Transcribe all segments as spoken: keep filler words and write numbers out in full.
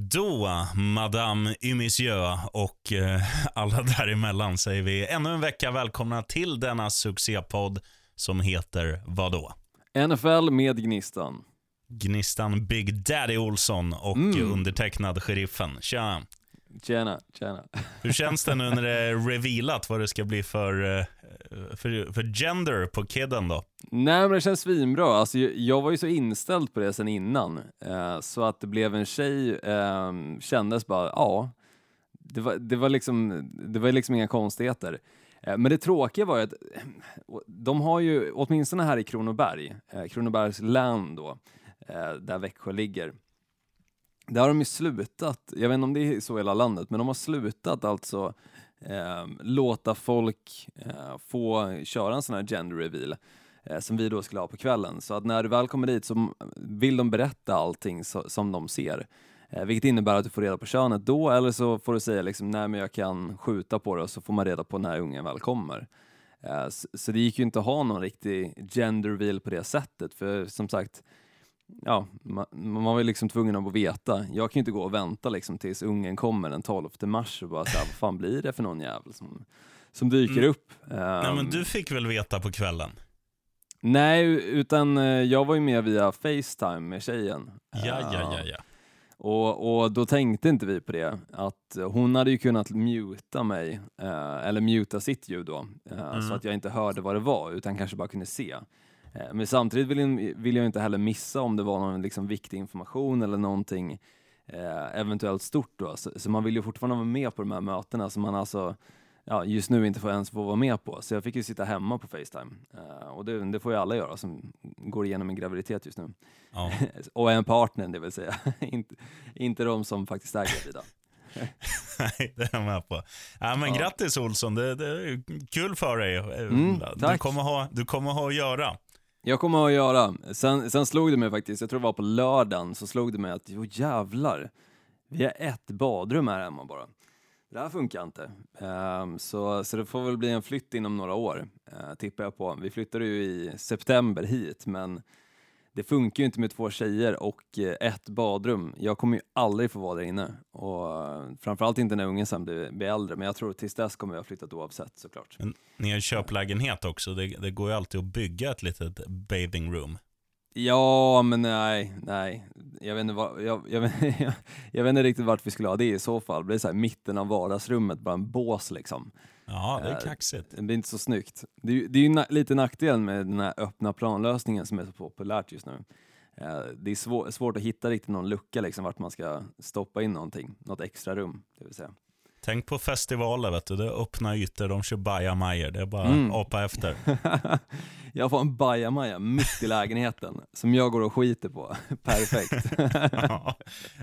Då, Madame et Monsieur och eh, alla däremellan säger vi ännu en vecka välkomna till denna succépodd som heter vadå? N F L med Gnistan. Gnistan Big Daddy Olsson och Mm. undertecknad sheriffen. Tja! Tjena, tjena. Hur känns det nu när det är revealat vad det ska bli för, eh, för, för gender på kidden då? Nej, men det känns svinbra. Alltså, jag, jag var ju så inställd på det sen innan. Eh, så att det blev en tjej eh, kändes bara, ja. Det var, det var liksom, det var liksom inga konstigheter. Eh, men det tråkiga var ju att de har ju, åtminstone här i Kronoberg, eh, Kronobergs län då, eh, där Växjö ligger. Där har de ju slutat, jag vet inte om det är så i hela landet, men de har slutat alltså eh, låta folk eh, få köra en sån här gender reveal eh, som vi då skulle ha på kvällen. Så att när du väl kommer dit så vill de berätta allting så, som de ser. Eh, vilket innebär att du får reda på könet då, eller så får du säga liksom, nej men jag kan skjuta på det, och så får man reda på när ungen väl kommer. Eh, så, så det gick ju inte att ha någon riktig gender reveal på det sättet, för som sagt, ja, man, man var ju liksom tvungen att veta. Jag kan ju inte gå och vänta liksom tills ungen kommer den tolfte mars och bara säga, vad fan blir det för någon jävel som, som dyker Mm. upp? Um, Nej, men du fick väl veta på kvällen? Nej, utan uh, jag var ju med via FaceTime med tjejen. Ja, ja, ja, ja. Och, och då tänkte inte vi på det, att hon hade ju kunnat muta mig, uh, eller muta sitt ljud då, uh, Mm. så att jag inte hörde vad det var, utan kanske bara kunde se. Men samtidigt vill jag, vill jag inte heller missa om det var någon liksom viktig information eller någonting eh, eventuellt stort då. Så, så man vill ju fortfarande vara med på de här mötena som man alltså ja, just nu inte får ens få vara med på. Så jag fick ju sitta hemma på FaceTime. Eh, och det, det får ju alla göra som går igenom en graviditet just nu. Ja. Och en partner, det vill säga. inte, inte de som faktiskt är gravida. Nej, det är jag med på. Ja, men Ja. Grattis Olsson, det, det är kul för dig. Mm, du, tack. kommer ha, du kommer ha att göra. Jag kommer att göra. Sen, sen slog det mig faktiskt, jag tror det var på lördagen, så slog det mig att, jo jävlar, vi har ett badrum här hemma bara. Det här funkar inte. Um, så, så det får väl bli en flytt inom några år, uh, tippar jag på. Vi flyttade ju i september hit, men det funkar ju inte med två tjejer och uh, ett badrum. Jag kommer ju aldrig få vara där inne. Och uh, framförallt inte när ungen sen blir, blir äldre, men jag tror tills dess kommer jag ha flyttat oavsett, såklart. Men ni har köplägenhet också. Det, det går ju alltid att bygga ett litet bathing room. Ja, men nej, nej. Jag vet inte, vad, jag, jag, vet, jag, jag vet inte riktigt vart vi skulle ha det i så fall. Det blir så här mitten av vardagsrummet, bara en bås liksom. Ja, det är Eh, kaxigt. Det blir inte så snyggt. Det, är ju- det är ju na- lite nackdelen med den här öppna planlösningen som är så populärt just nu. Eh, det är svår, svårt att hitta riktigt någon lucka liksom, vart man ska stoppa in någonting. Något extra rum, det vill säga. Tänk på festivaler, vet du. Det är öppna ytor, de kör bajamajor. Det är bara Mm. apa efter. Jag får en bajamaja mitt i lägenheten som jag går och skiter på. Perfekt. Ja.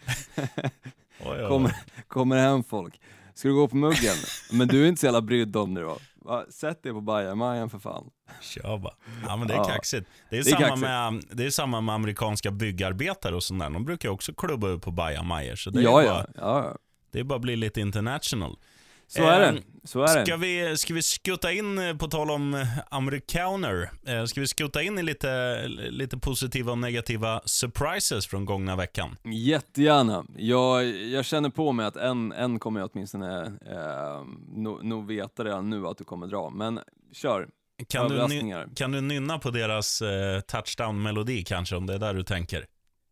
Oj, oj, Kommer, oj. kommer hem folk. Ska du gå på muggen? Men du är inte så jävla brydd om det då. Va? Sätt dig på bajamajan för fan. Kör bara. Ja, men det är Ja. kaxigt. Det är, Det är samma kaxigt. med, det är samma med amerikanska byggarbetare och sånt där. De brukar ju också klubba ut på bajamajor. Så det är, Ja, bara, ja, ja. det är bara att bli lite international. Så är Eh, det. Så är Ska det. vi, ska vi skutta in, eh, på tal om eh, amerikaner, eh, ska vi skutta in i lite, lite positiva och negativa surprises från gångna veckan? Jättegärna. Jag, jag känner på mig att en, en kommer jag åtminstone eh, nog no veta redan nu att du kommer dra. Men kör. Kan du, ny, Överraskningar. kan du nynna på deras eh, touchdown-melodi kanske, om det är där du tänker?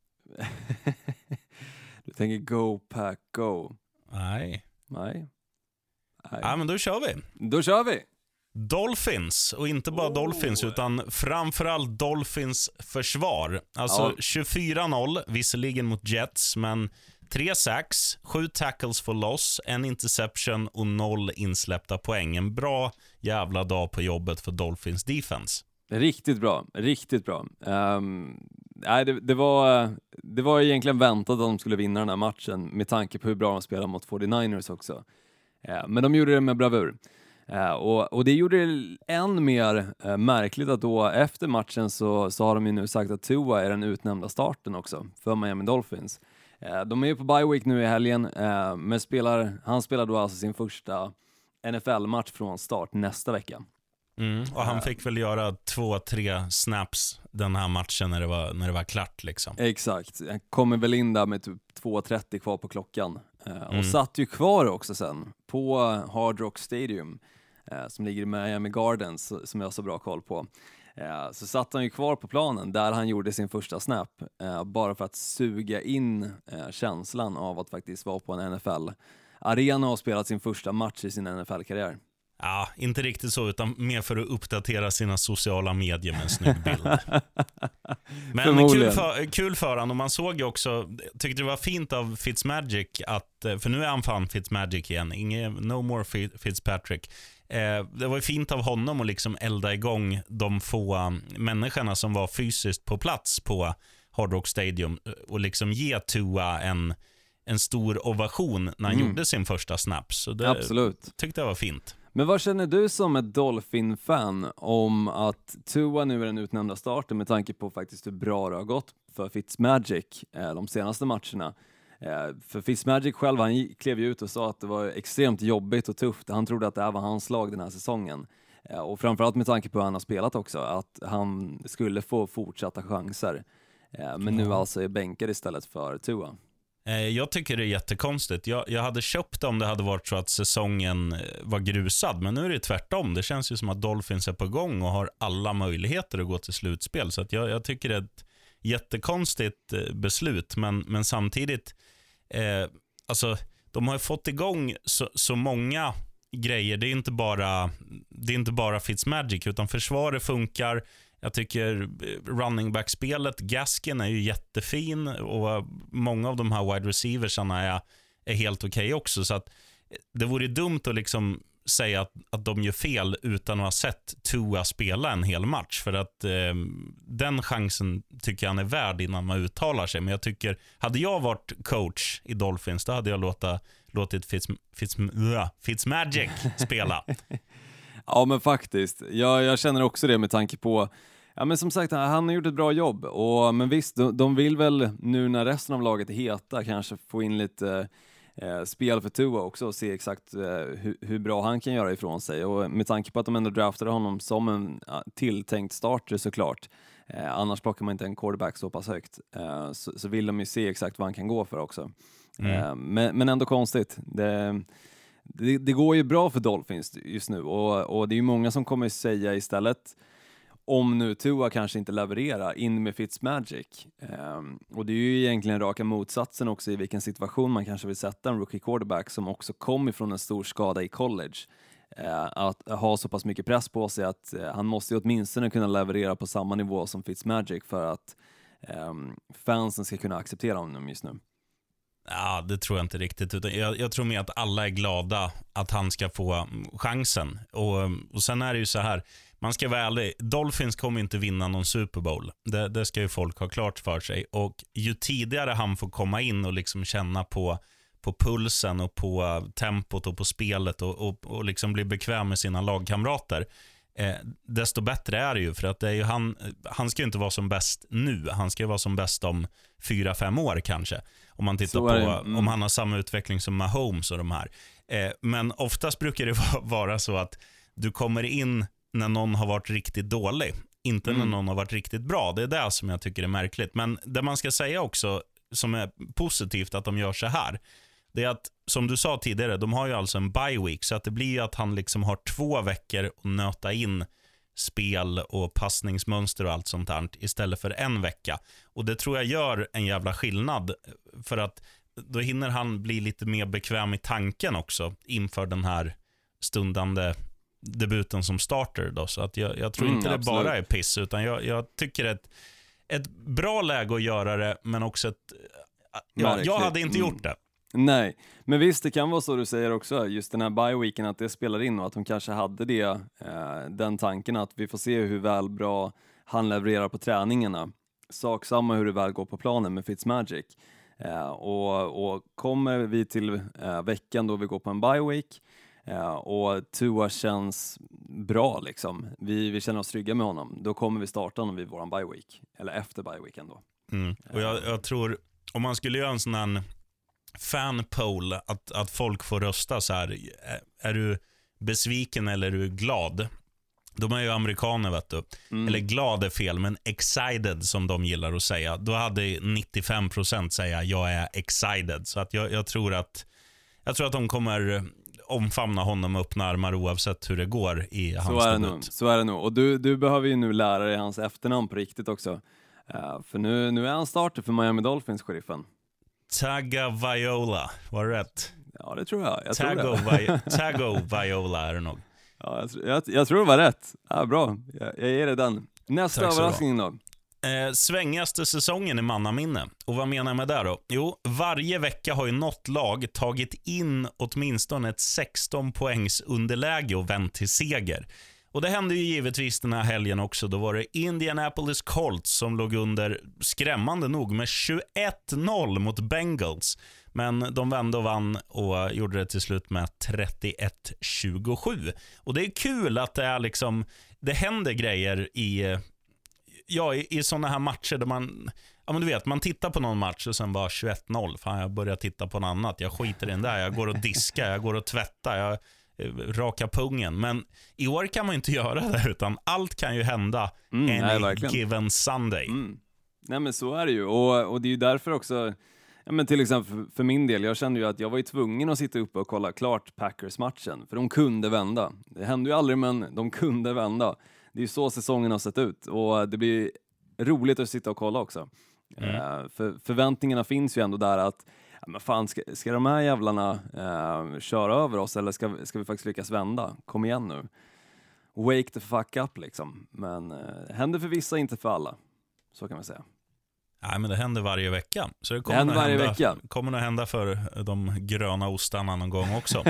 Du tänker go, pack, go. Nej. Nej. Nej. Ja, men då kör vi. Då kör vi. Dolphins, och inte bara Oh. Dolphins utan framförallt Dolphins försvar. Alltså Ja. tjugofyra noll, visserligen mot Jets, men tre sacks, sju tackles for loss, en interception och noll insläppta poäng. En bra jävla dag på jobbet för Dolphins defense. Riktigt bra, riktigt bra. Um, nej, det, det, var, det var egentligen väntat att de skulle vinna den här matchen med tanke på hur bra de spelar mot fyrtionioers också. Uh, men de gjorde det med bravur. Uh, och, och det gjorde det än mer uh, märkligt att då efter matchen så, så har de ju nu sagt att Tua är den utnämnda starten också för Miami Dolphins. Uh, de är ju på bye week nu i helgen, uh, men spelar, han spelar då alltså sin första N F L-match från start nästa vecka. Mm. Och han fick väl göra två, tre snaps den här matchen när det var, när det var klart liksom. Exakt, han kommer väl in där med typ två trettio kvar på klockan. Uh, Mm. Och satt ju kvar också sen på Hard Rock Stadium, uh, som ligger i Miami Gardens, som jag har så bra koll på. Uh, så satt han ju kvar på planen där han gjorde sin första snap, uh, bara för att suga in uh, känslan av att faktiskt vara på en N F L-arena och spela sin första match i sin N F L-karriär. Ja, inte riktigt så, utan mer för att uppdatera sina sociala medier med en snygg bild. Men kul för, kul för han, och man såg ju också, tyckte det var fint av Fitzmagic att, för nu är han fan Fitzmagic igen, ingen, no more Fitzpatrick. Eh, det var ju fint av honom att liksom elda igång de få människorna som var fysiskt på plats på Hard Rock Stadium och liksom ge Tua en, en stor ovation när han mm. gjorde sin första snap. Så det Absolut. Tyckte jag var fint. Men vad känner du som ett Dolphin-fan om att Tua nu är den utnämnda starten med tanke på faktiskt hur bra det har gått för Fitzmagic eh, de senaste matcherna? Eh, för Fitzmagic själv, han klev ju ut och sa att det var extremt jobbigt och tufft. Han trodde att det här var hans lag den här säsongen. Eh, och framförallt med tanke på hur han har spelat också, att han skulle få fortsatta chanser. Eh, men nu alltså är bänkad istället för Tua. Jag tycker det är jättekonstigt. Jag, jag hade köpt det om det hade varit så att säsongen var grusad. Men nu är det tvärtom. Det känns ju som att Dolphins är på gång och har alla möjligheter att gå till slutspel. Så att jag, jag tycker det är ett jättekonstigt beslut. Men, men samtidigt, eh, alltså, de har ju fått igång så, så många grejer. Det är inte bara, det är inte bara Fitzmagic, utan försvaret funkar. Jag tycker running back-spelet, Gaskin är ju jättefin och många av de här wide receiversarna är, är helt okej okay också. Så att det vore dumt att liksom säga att, att de gör fel utan att ha sett Tua spela en hel match. För att eh, den chansen tycker jag han är värd innan man uttalar sig. Men jag tycker, hade jag varit coach i Dolphins, då hade jag låta, låtit Fitz, Fitz, uh, Fitzmagic spela. Ja, men faktiskt. Jag, jag känner också det med tanke på, ja men som sagt, han har gjort ett bra jobb. Och, men visst, de, de vill väl nu när resten av laget är heta kanske få in lite eh, spel för Tua också och se exakt eh, hur, hur bra han kan göra ifrån sig. Och med tanke på att de ändå draftade honom som en ja, tilltänkt starter såklart. Eh, annars plockar man inte en quarterback så pass högt. Eh, så, så vill de ju se exakt vad han kan gå för också. Mm. Eh, men, men ändå konstigt. Det... Det, det går ju bra för Dolphins just nu och, och det är ju många som kommer säga istället, om nu Tua kanske inte levererar, in med Fitzmagic. Um, och det är ju egentligen raka motsatsen också i vilken situation man kanske vill sätta en rookie quarterback som också kom ifrån en stor skada i college. Uh, att ha så pass mycket press på sig att uh, han måste ju åtminstone kunna leverera på samma nivå som Fitzmagic för att um, fansen ska kunna acceptera honom just nu. Ja, det tror jag inte riktigt. Utan jag, jag tror mer att alla är glada att han ska få chansen. Och, och sen är det ju så här, man ska vara ärlig, Dolphins kommer inte vinna någon Super Bowl. Det, det ska ju folk ha klart för sig. Och ju tidigare han får komma in och liksom känna på, på pulsen och på tempot och på spelet och, och, och liksom bli bekväm med sina lagkamrater, eh, desto bättre är det ju. För att det är ju han, han ska ju inte vara som bäst nu. Han ska ju vara som bäst om fyra, fem år kanske. Om man tittar på mm. om han har samma utveckling som Mahomes och de här. Eh, men oftast brukar det vara så att du kommer in när någon har varit riktigt dålig. Inte mm. när någon har varit riktigt bra. Det är det som jag tycker är märkligt. Men det man ska säga också som är positivt att de gör så här, det är att, som du sa tidigare, de har ju alltså en bye week. Så att det blir ju att han liksom har två veckor att nöta in spel och passningsmönster och allt sånt där istället för en vecka. Och det tror jag gör en jävla skillnad, för att då hinner han bli lite mer bekväm i tanken också inför den här stundande debuten som starter då. Så att jag, jag tror inte mm, det bara är piss, utan jag, jag tycker ett, ett bra läge att göra det, men också ett ja, jag hade inte gjort det. Nej, men visst, det kan vara så du säger också, just den här bye-weeken, att det spelar in och att de kanske hade det, eh, den tanken att vi får se hur väl bra han levererar på träningarna. Sak samma hur det väl går på planen med Fitzmagic. Eh, och, och kommer vi till eh, veckan då vi går på en bye-week eh, och Tua känns bra liksom, vi, vi känner oss trygga med honom, då kommer vi starta honom vid våran bye-week, eller efter bye-weeken då. Mm. Och jag, jag tror, om man skulle göra en sån här fanpoll, att, att folk får rösta så här, är, är du besviken eller är du glad? De är ju amerikaner, vet du. Mm. Eller glad är fel, men excited som de gillar att säga. Då hade nittiofem procent säga jag är excited. Så att jag, jag, tror att, jag tror att de kommer omfamna honom med öppna armar oavsett hur det går i hans så är det debut. nog, så är det nog. Och du, du behöver ju nu lära dig hans efternamn på riktigt också. Uh, för nu, nu är han starter för Miami Dolphins, sheriffen. Tagovailoa, var det rätt? Ja, det tror jag. jag Tagovailoa Tagovailoa är det nog. Ja, jag, jag, jag tror det var rätt. Ja, bra, jag, jag ger det den. Nästa överraskning då. Eh, svängigaste säsongen i mannaminne. Och vad menar jag med det då? Jo, varje vecka har ju något lag tagit in åtminstone ett sexton poängs underläge och vänt till seger. Och det hände ju givetvis den här helgen också. Då var det Indianapolis Colts som låg under, skrämmande nog, med tjugoett noll mot Bengals. Men de vände och vann och gjorde det till slut med trettioett tjugosju. Och det är kul att det är liksom, det händer grejer i, ja, i, i sådana här matcher där man, ja men du vet, man tittar på någon match och sen bara tjugoett noll. Fan, jag börjar titta på något annat. Jag skiter i den där. Jag går och diskar, jag går och tvättar, jag raka pungen. Men i år kan man ju inte göra det, utan allt kan ju hända mm, any nej, given Sunday. Mm. Nej, men så är det ju. Och, och det är ju därför också, ja, men till exempel för, för min del, jag kände ju att jag var ju tvungen att sitta uppe och kolla klart Packers-matchen, för de kunde vända. Det hände ju aldrig, men de kunde vända. Det är ju så säsongen har sett ut, och det blir roligt att sitta och kolla också. Mm. Uh, för förväntningarna finns ju ändå där att ja, men fan, ska, ska de här jävlarna uh, köra över oss, eller ska, ska vi faktiskt lyckas vända? Kom igen nu. Wake the fuck up liksom. Men uh, händer för vissa, inte för alla. Så kan man säga. Nej, men det händer varje vecka. Så det kommer, det att, varje hända, vecka. kommer att hända för de gröna ostarna någon gång också.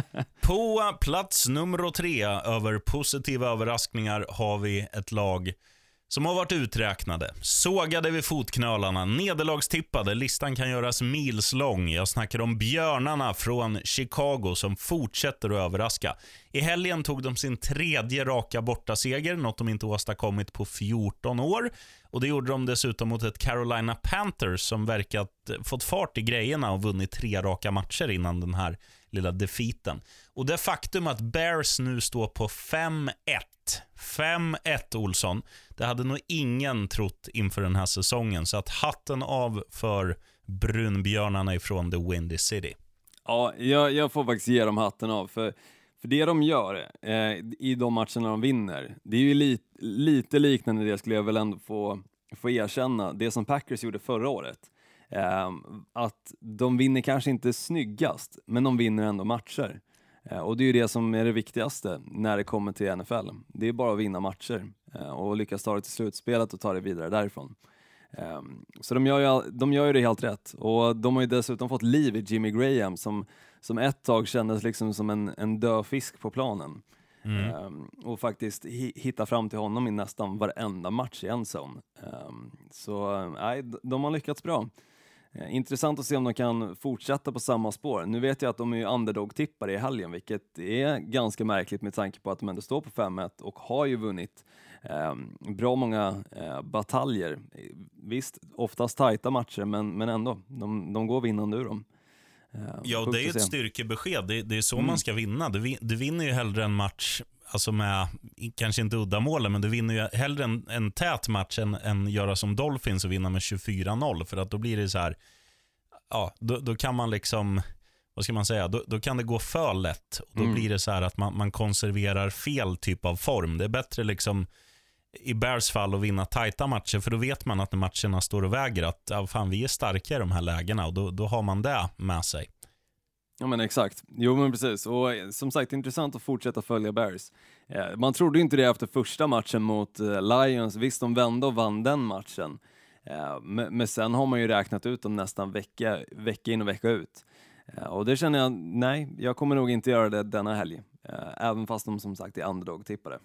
På plats nummer tre över positiva överraskningar har vi ett lag som har varit uträknade, sågade vid fotknölarna, nederlagstippade. Listan kan göras milslång. Jag snackar om björnarna från Chicago som fortsätter att överraska. I helgen tog de sin tredje raka bortaseger, något de inte åstadkommit på fjorton år. Och det gjorde de dessutom mot ett Carolina Panthers som verkat fått fart i grejerna och vunnit tre raka matcher innan den här lilla defeaten. Och det faktum att Bears nu står på fem ett, fem ett Olsson, det hade nog ingen trott inför den här säsongen. Så att hatten av för brunbjörnarna ifrån The Windy City. Ja, jag, jag får faktiskt ge dem hatten av, för För det de gör eh, i de matcherna de vinner, det är ju li- lite liknande det, skulle jag väl ändå få, få erkänna, det som Packers gjorde förra året. Eh, att de vinner kanske inte snyggast, men de vinner ändå matcher. Eh, och det är ju det som är det viktigaste när det kommer till N F L. Det är bara att vinna matcher eh, och lyckas ta det till slutspelet och ta det vidare därifrån. Eh, så de gör, ju, de gör ju det helt rätt. Och de har ju dessutom fått liv i Jimmy Graham som som ett tag kändes liksom som en, en död fisk på planen. Mm. Um, och faktiskt hi- hitta fram till honom i nästan varenda match i endzone. Um, så nej, uh, de har lyckats bra. Uh, intressant att se om de kan fortsätta på samma spår. Nu vet jag att de är underdog-tippare i helgen, vilket är ganska märkligt med tanke på att de ändå står på fem ett och har ju vunnit um, bra många uh, bataljer. Visst, oftast tajta matcher, men, men ändå. De, de går vinnande ur dem. Ja, det är ju ett styrkebesked. Det, det är så mm. man ska vinna. Du, du vinner ju hellre en match, alltså med, kanske inte uddamålen, men du vinner ju hellre en, en tät match än, än göra som Dolphins och vinna med tjugofyra noll. För att då blir det så här, ja, då, då kan man liksom, vad ska man säga, då, då kan det gå för lätt. Och då mm. blir det så här att man, man konserverar fel typ av form. Det är bättre liksom i Bears fall att vinna tajta matcher, för då vet man att när matcherna står och väger att ja, fan, vi är starka i de här lägena, och då, då har man det med sig. Ja, men exakt. Jo, men precis. Och som sagt, intressant att fortsätta följa Bears. Eh, man trodde inte det efter första matchen mot eh, Lions. Visst, de vände och vann den matchen. Eh, men, men sen har man ju räknat ut dem nästan vecka, vecka in och vecka ut. Eh, och det känner jag, nej, jag kommer nog inte göra det denna helg. Eh, även fast de som sagt är underdog-tippare.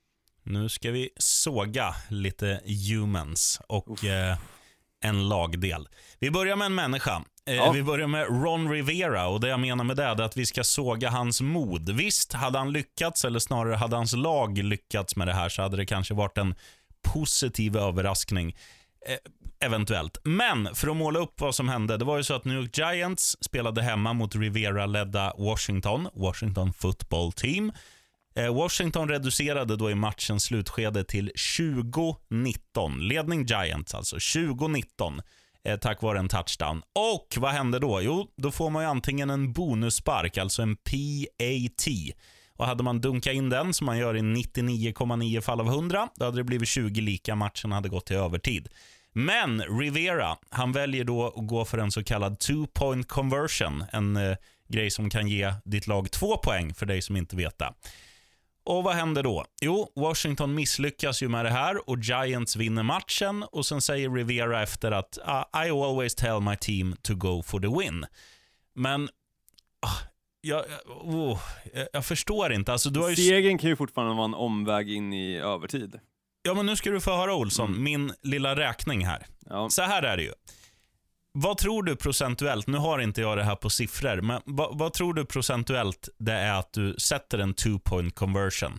Nu ska vi såga lite humans och eh, en lagdel. Vi börjar med en människa. Eh, ja. Vi börjar med Ron Rivera, och det jag menar med det är att vi ska såga hans mod. Visst, hade han lyckats, eller snarare hade hans lag lyckats med det här, så hade det kanske varit en positiv överraskning. Eh, eventuellt. Men för att måla upp vad som hände, det var ju så att New York Giants spelade hemma mot Rivera-ledda Washington, Washington Football Team. Washington reducerade då i matchens slutskede till tjugo nitton. Ledning Giants alltså, tjugo nitton. Eh, tack vare en touchdown. Och vad händer då? Jo, då får man ju antingen en bonusspark, alltså en P A T. Och hade man dunkat in den, som man gör i nittionio komma nio fall av hundra, då hade det blivit tjugo lika, matchen hade gått till övertid. Men Rivera, han väljer då att gå för en så kallad two-point conversion. En eh, grej som kan ge ditt lag två poäng för dig som inte vet det. Och vad händer då? Jo, Washington misslyckas ju med det här och Giants vinner matchen. Och sen säger Rivera efter att uh, I always tell my team to go for the win. Men uh, jag, oh, jag, jag förstår inte. Alltså, du har ju... Segern kan ju fortfarande vara en omväg in i övertid. Ja, men nu ska du få höra, Olsson, mm. min lilla räkning här. Ja. Så här är det ju. Vad tror du procentuellt, nu har inte jag det här på siffror, men vad, vad tror du procentuellt det är att du sätter en two-point conversion?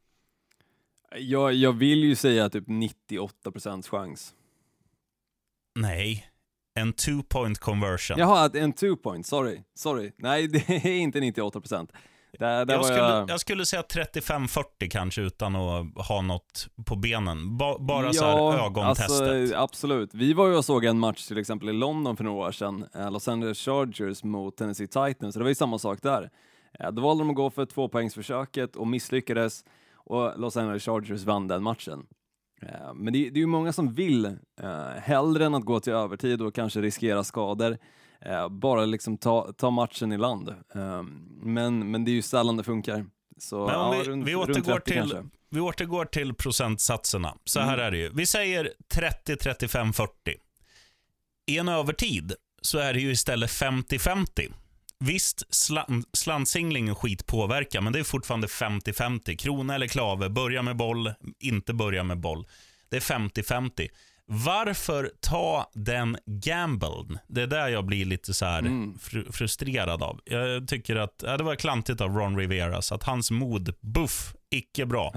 Jag, jag vill ju säga typ nittioåtta procent chans. Nej, en two-point conversion. Jaha, en two-point, sorry. sorry. Nej, det är inte nittioåtta procent. Där, där jag, skulle, jag... jag skulle säga trettiofem fyrtio kanske utan att ha något på benen. Ba, bara ja, så här ögontestet. Alltså, absolut. Vi var ju och såg en match till exempel i London för några år sedan. Los Angeles Chargers mot Tennessee Titans. Så det var ju samma sak där. Då valde de att gå för tvåpoängsförsöket och misslyckades. Och Los Angeles Chargers vann den matchen. Men det, det är ju många som vill hellre än att gå till övertid och kanske riskera skador. Uh, bara liksom ta, ta matchen i land. Uh, men, men det är ju sällan det funkar. Så, men ja, vi, runt, vi, runt återgår till, kanske. vi återgår till procentsatserna. Så här mm. är det ju. Vi säger trettio trettiofem fyrtio. I en övertid så är det ju istället femtio femtio. Visst, slan, slantsingling och skit påverkar, men det är fortfarande femtio femtio. Krona eller klave, börja med boll, inte börja med boll. Det är femtio femtio. Varför ta den gamblen? Det är där jag blir lite så här mm. fr- frustrerad av. Jag tycker att ja, det var klantigt av Ron Rivera, så att hans mod, buff, icke bra.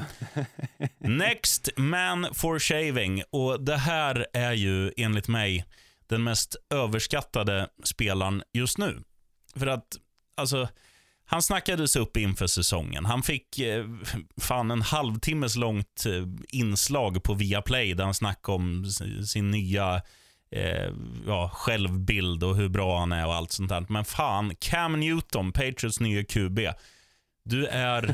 Next man for shaving. Och det här är ju enligt mig den mest överskattade spelaren just nu. För att, alltså, han snackades upp inför säsongen. Han fick eh, fan en halvtimmes långt eh, inslag på Viaplay där han snackade om sin nya eh, ja, självbild och hur bra han är och allt sånt där. Men fan, Cam Newton, Patriots nya Q B, du är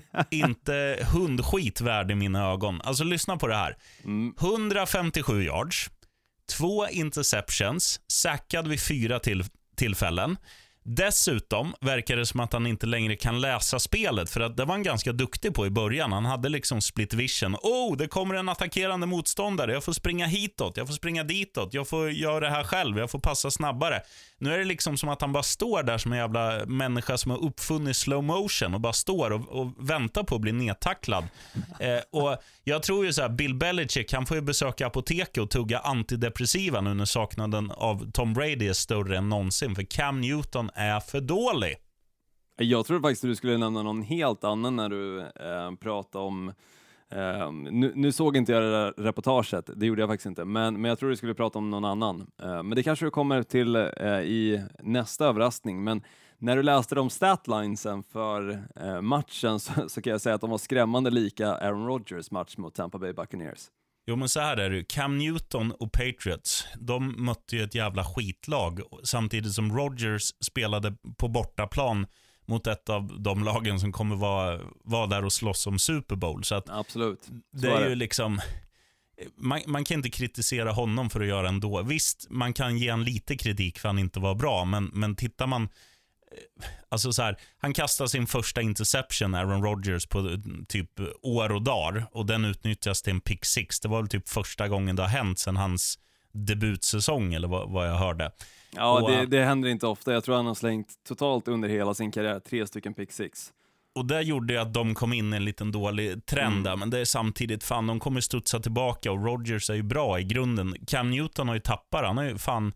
inte hundskit värd i mina ögon. Alltså lyssna på det här. hundrafemtiosju yards, två interceptions, sackad vid fyra till, tillfällen. Dessutom verkar det som att han inte längre kan läsa spelet, för att det var han ganska duktig på i början. Han hade liksom split vision. Oh, det kommer en attackerande motståndare. Jag får springa hitåt, jag får springa ditåt. Jag får göra det här själv, jag får passa snabbare. Nu är det liksom som att han bara står där som en jävla människa som har uppfunnit slow motion och bara står och, och väntar på att bli nedtacklad. Eh, och jag tror ju så här, Bill Belichick, han får ju besöka apoteket och tugga antidepressiva nu när saknaden av Tom Brady är större än någonsin, för Cam Newton är för dålig. Jag tror faktiskt att du skulle nämna någon helt annan när du eh, pratade om eh, nu, nu såg inte jag det där reportaget, det gjorde jag faktiskt inte, men, men jag tror du skulle prata om någon annan. Eh, men det kanske du kommer till eh, i nästa överraskning. Men när du läste de statlinesen för eh, matchen så, så kan jag säga att de var skrämmande lika Aaron Rodgers match mot Tampa Bay Buccaneers. Jo, men så här är det. Cam Newton och Patriots, de mötte ju ett jävla skitlag samtidigt som Rodgers spelade på bortaplan mot ett av de lagen som kommer vara, vara där och slåss om Super Bowl. Så att absolut. Så det är, är ju liksom man, man kan inte kritisera honom för att göra ändå. Visst, man kan ge en lite kritik för han inte var bra, men, men tittar man alltså så här, han kastade sin första interception, Aaron Rodgers, på typ år och dagar, och den utnyttjas till en pick six. Det var väl typ första gången det har hänt sedan hans debutsäsong, eller vad, vad jag hörde. Ja, och, det, det händer inte ofta. Jag tror han har slängt totalt under hela sin karriär tre stycken pick six. Och det gjorde ju att de kom in i en liten dålig trend mm. där, men det är samtidigt, fan, de kommer studsa tillbaka, och Rodgers är ju bra i grunden. Cam Newton har ju tappat, han har ju fan,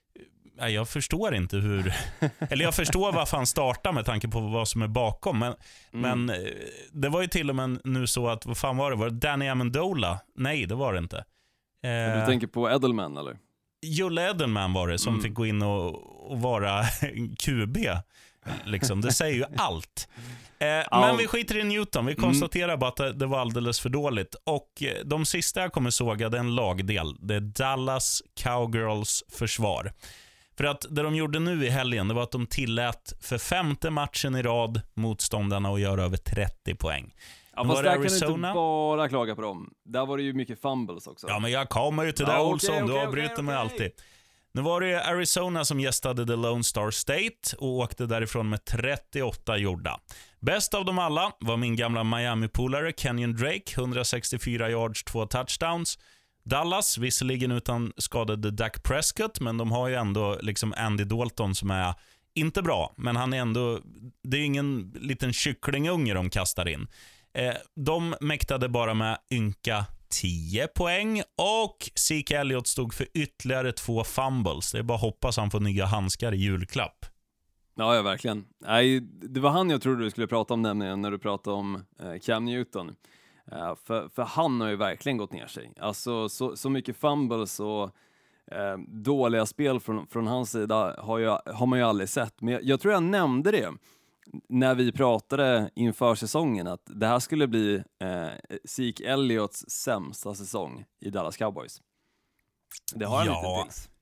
jag förstår inte hur, eller jag förstår varför han startar med tanke på vad som är bakom, men, mm. men det var ju till och med nu så att, vad fan var det, var det Danny Amendola? Nej, det var det inte. Du tänker på Edelman, eller? Julle Edelman var det som mm. fick gå in och, och vara Q B Liksom. Det säger ju allt. Eh, men vi skiter i Newton. Vi konstaterar mm. bara att det, det var alldeles för dåligt. Och eh, de sista jag kommer såga, det är en lagdel. Det är Dallas Cowgirls försvar. För att det de gjorde nu i helgen, det var att de tillät för femte matchen i rad motståndarna att göra över trettio poäng. Ja, fast där kan du inte bara klaga på dem. Där var det ju mycket fumbles också. Ja, men jag kommer ju till det, ja, Olsson. Okay, okay, du avbryter okay, okay. mig alltid. Nu var det Arizona som gästade The Lone Star State och åkte därifrån med trettioåtta gjorda. Bäst av dem alla var min gamla Miami-polare Kenyon Drake, hundrasextiofyra yards, två touchdowns. Dallas, visserligen utan skadade Dak Prescott, men de har ju ändå liksom Andy Dalton som är inte bra, men han är ändå, det är ingen liten kycklingunge de kastar in. Eh, de mäktade bara med ynka tio poäng och Zeke Elliott stod för ytterligare två fumbles. Det är bara hoppas han får nya handskar i julklapp. Ja, ja, verkligen. Nej, det var han jag trodde du skulle prata om nämligen när du pratade om eh, Cam Newton. Uh, för, för han har ju verkligen gått ner sig. Alltså så, så mycket fumbles och uh, dåliga spel från, från hans sida har, ju, har man ju aldrig sett. Men jag, jag tror jag nämnde det när vi pratade inför säsongen att det här skulle bli uh, Zeke Elliots sämsta säsong i Dallas Cowboys. Det har han ja. inte tills.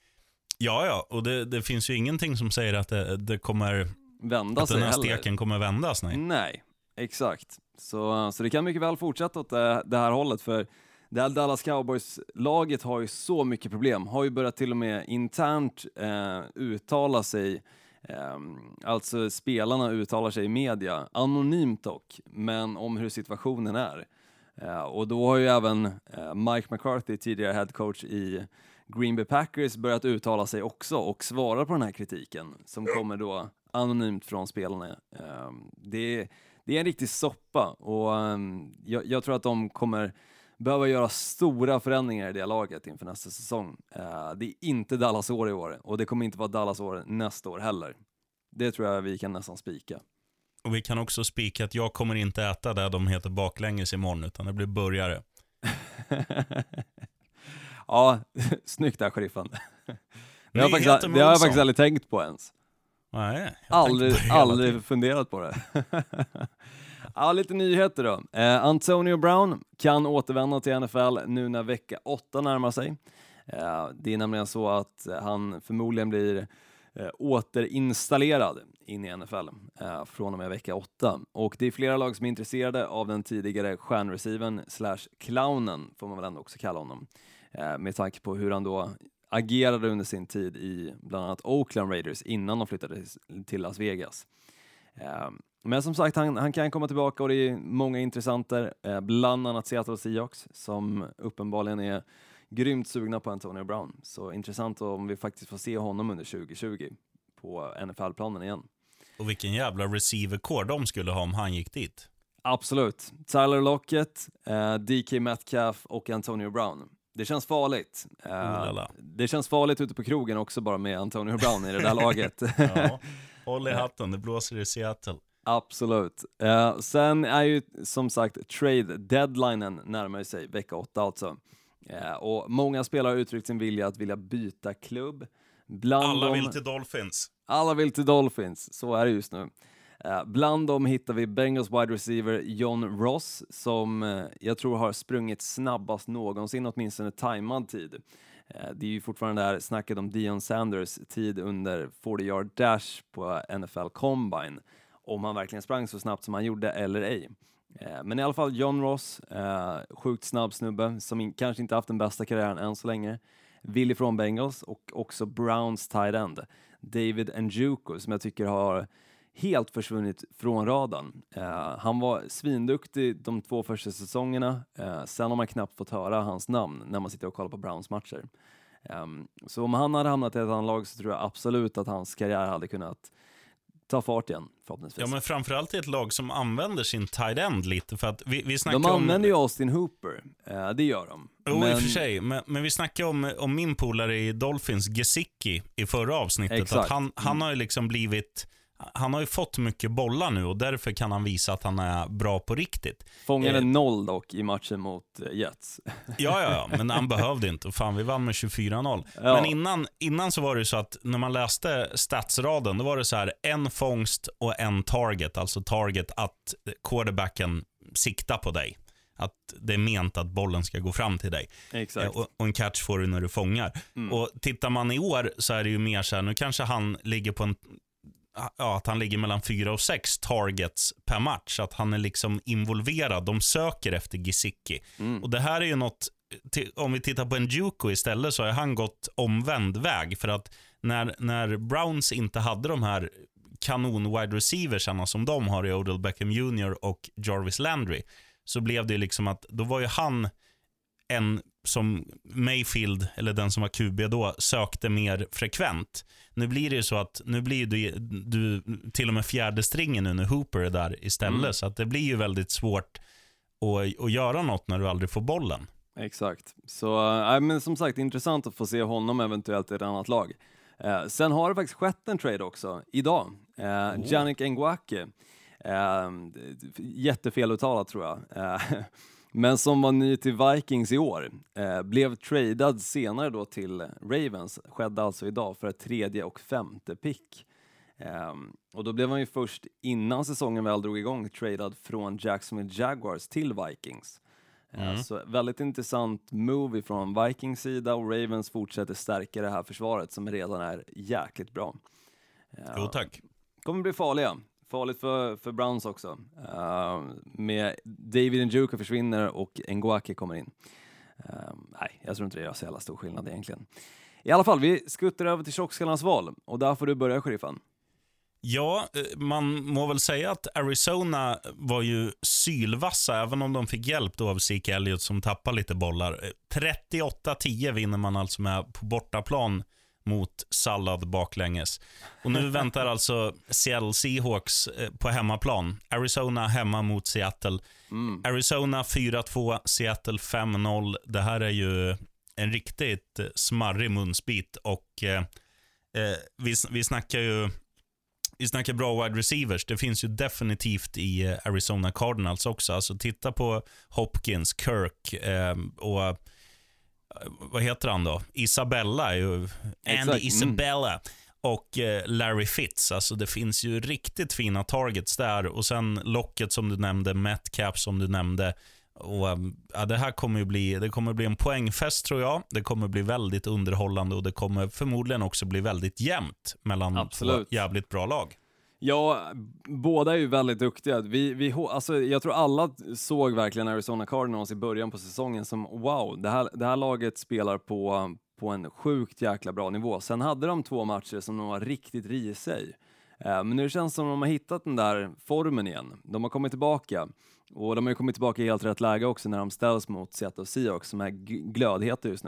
Ja, ja. Och det, det finns ju ingenting som säger att det, det kommer vända att sig den här heller. steken kommer vändas. Nej, nej exakt. Så, så det kan mycket väl fortsätta åt det, det här hållet, för det här Dallas Cowboys-laget har ju så mycket problem. Har ju börjat till och med internt eh, uttala sig, eh, alltså spelarna uttalar sig i media, anonymt dock, men om hur situationen är. Eh, och då har ju även eh, Mike McCarthy, tidigare head coach i Green Bay Packers, börjat uttala sig också och svara på den här kritiken som kommer då anonymt från spelarna. Eh, det är Det är en riktig soppa och um, jag, jag tror att de kommer behöva göra stora förändringar i det laget inför nästa säsong. Uh, det är inte Dallas år i år och det kommer inte vara Dallas år nästa år heller. Det tror jag vi kan nästan spika. Och vi kan också spika att jag kommer inte äta där de heter baklänges imorgon, utan det blir burgare. Ja, snyggt där, sheriffen. Det har, faktiskt, det har jag faktiskt aldrig tänkt på ens. Nej, aldrig, aldrig funderat på det. Ja, lite nyheter då. Eh, Antonio Brown kan återvända till N F L nu när vecka åtta närmar sig. Eh, det är nämligen så att han förmodligen blir eh, återinstallerad in i N F L eh, från och med vecka åtta. Och det är flera lag som är intresserade av den tidigare stjärnreceiven slash clownen, får man väl ändå också kalla honom. Eh, med tanke på hur han då agerade under sin tid i bland annat Oakland Raiders innan de flyttade till Las Vegas. Eh, men som sagt, han, han kan komma tillbaka och det är många intressenter, eh, bland annat Seattle Seahawks som uppenbarligen är grymt sugna på Antonio Brown. Så intressant om vi faktiskt får se honom under tjugo tjugo på N F L-planen igen. Och vilken jävla receiver-core de skulle ha om han gick dit. Absolut. Tyler Lockett, eh, D K Metcalf och Antonio Brown. Det känns farligt. Uh, det känns farligt ute på krogen också bara med Antonio Brown i det där laget. Ja, håll i hatten, det blåser i Seattle. Absolut. Uh, sen är ju som sagt trade deadlinen närmare sig, vecka åtta alltså. Uh, och många spelare har uttryckt sin vilja att vilja byta klubb. Bland alla dem, vill till Dolphins. Alla vill till Dolphins, så är det just nu. Uh, bland dem hittar vi Bengals wide receiver John Ross som uh, jag tror har sprungit snabbast någonsin, åtminstone tajmad tid. Uh, det är ju fortfarande där snacket om Deion Sanders tid under fyrtio yard dash på N F L Combine. Om han verkligen sprang så snabbt som han gjorde eller ej. Uh, men i alla fall John Ross, uh, sjukt snabb snubbe som in, kanske inte haft den bästa karriären än så länge. Vill ifrån Bengals och också Browns tight end David Njoku som jag tycker har helt försvunnit från radarn. Uh, han var svinduktig de två första säsongerna. Uh, sen har man knappt fått höra hans namn när man sitter och kollar på Browns matcher. Um, så om han hade hamnat i ett annat lag så tror jag absolut att hans karriär hade kunnat ta fart igen, förhoppningsvis. Ja, men framförallt i ett lag som använder sin tight end lite. För att vi, vi de använder om... ju Austin Hooper, uh, det gör de. Jo, men... i och för sig. Men, men vi snackar om, om min polare i Dolphins, Gesicki, i förra avsnittet. Att han, han har ju liksom blivit... han har ju fått mycket bollar nu och därför kan han visa att han är bra på riktigt. Fångade eh, noll dock i matchen mot Jets. Ja, ja, ja, men han behövde inte. Fan, vi vann med tjugofyra noll. Ja. Men innan, innan så var det ju så att när man läste statsraden, då var det så här, en fångst och en target. Alltså target att quarterbacken siktar på dig. Att det är ment att bollen ska gå fram till dig. Exakt. Och, och en catch får du när du fångar. Mm. Och tittar man i år så är det ju mer så här, nu kanske han ligger på en, ja, att han ligger mellan fyra och sex targets per match. Att han är liksom involverad. De söker efter Gesicki. Mm. Och det här är ju något, om vi tittar på en Njoku istället, så har han gått omvänd väg. För att när, när Browns inte hade de här kanon wide receiversarna som de har i Odell Beckham junior och Jarvis Landry, så blev det liksom att då var ju han en som Mayfield, eller den som var Q B då, sökte mer frekvent. Nu blir det ju så att nu blir du, du till och med fjärde stringen nu när Hooper är där istället. Mm. Så att det blir ju väldigt svårt att, att göra något när du aldrig får bollen. Exakt. Så äh, men som sagt, intressant att få se honom eventuellt i ett annat lag. Eh, sen har det faktiskt skett en trade också idag. Eh, oh. Yannick Ngakoue. Eh, jättefel uttalat tror jag. Eh, men som var ny till Vikings i år. Eh, blev tradad senare då till Ravens. Skedde alltså idag för ett tredje och femte pick. Eh, och då blev han ju först innan säsongen väl drog igång tradad från Jacksonville Jaguars till Vikings. Eh, mm. Så väldigt intressant move från Vikings sida, och Ravens fortsätter stärka det här försvaret som redan är jäkligt bra. Eh, jo tack. Kommer bli farliga. Farligt för, för Browns också. Uh, med David Njoku försvinner och Ngakoue kommer in. Uh, nej, jag tror inte det gör så jävla stor skillnad egentligen. I alla fall, vi skuttar över till tjockskallarnas val. Och där får du börja, sheriffen. Ja, man må väl säga att Arizona var ju sylvassa, även om de fick hjälp då av Zeke Elliott som tappar lite bollar. trettioåtta tio vinner man alltså med på bortaplan mot sallad baklänges. Och nu väntar alltså Seattle Seahawks på hemmaplan. Arizona hemma mot Seattle. Mm. Arizona fyra två, Seattle fem noll. Det här är ju en riktigt smarrig munsbit. Och eh, vi, vi snackar ju vi snackar bra wide receivers. Det finns ju definitivt i Arizona Cardinals också. Alltså titta på Hopkins, Kirk eh, och vad heter han då? Isabella är ju Andy Isabella mm. och eh, Larry Fitz. Alltså det finns ju riktigt fina targets där, och sen locket som du nämnde, Metcalf som du nämnde, och ja, det här kommer ju bli det kommer bli en poängfest tror jag. Det kommer bli väldigt underhållande, och det kommer förmodligen också bli väldigt jämnt mellan Absolut. två jävligt bra lag. Ja, båda är ju väldigt duktiga. Vi, vi, alltså, jag tror alla såg verkligen Arizona Cardinals i början på säsongen som wow, det här, det här laget spelar på, på en sjukt jäkla bra nivå. Sen hade de två matcher som de var riktigt risiga i. Eh, men nu känns det som att de har hittat den där formen igen. De har kommit tillbaka. Och de har ju kommit tillbaka i helt rätt läge också när de ställs mot Seattle Seahawks som är g- glödheta just nu.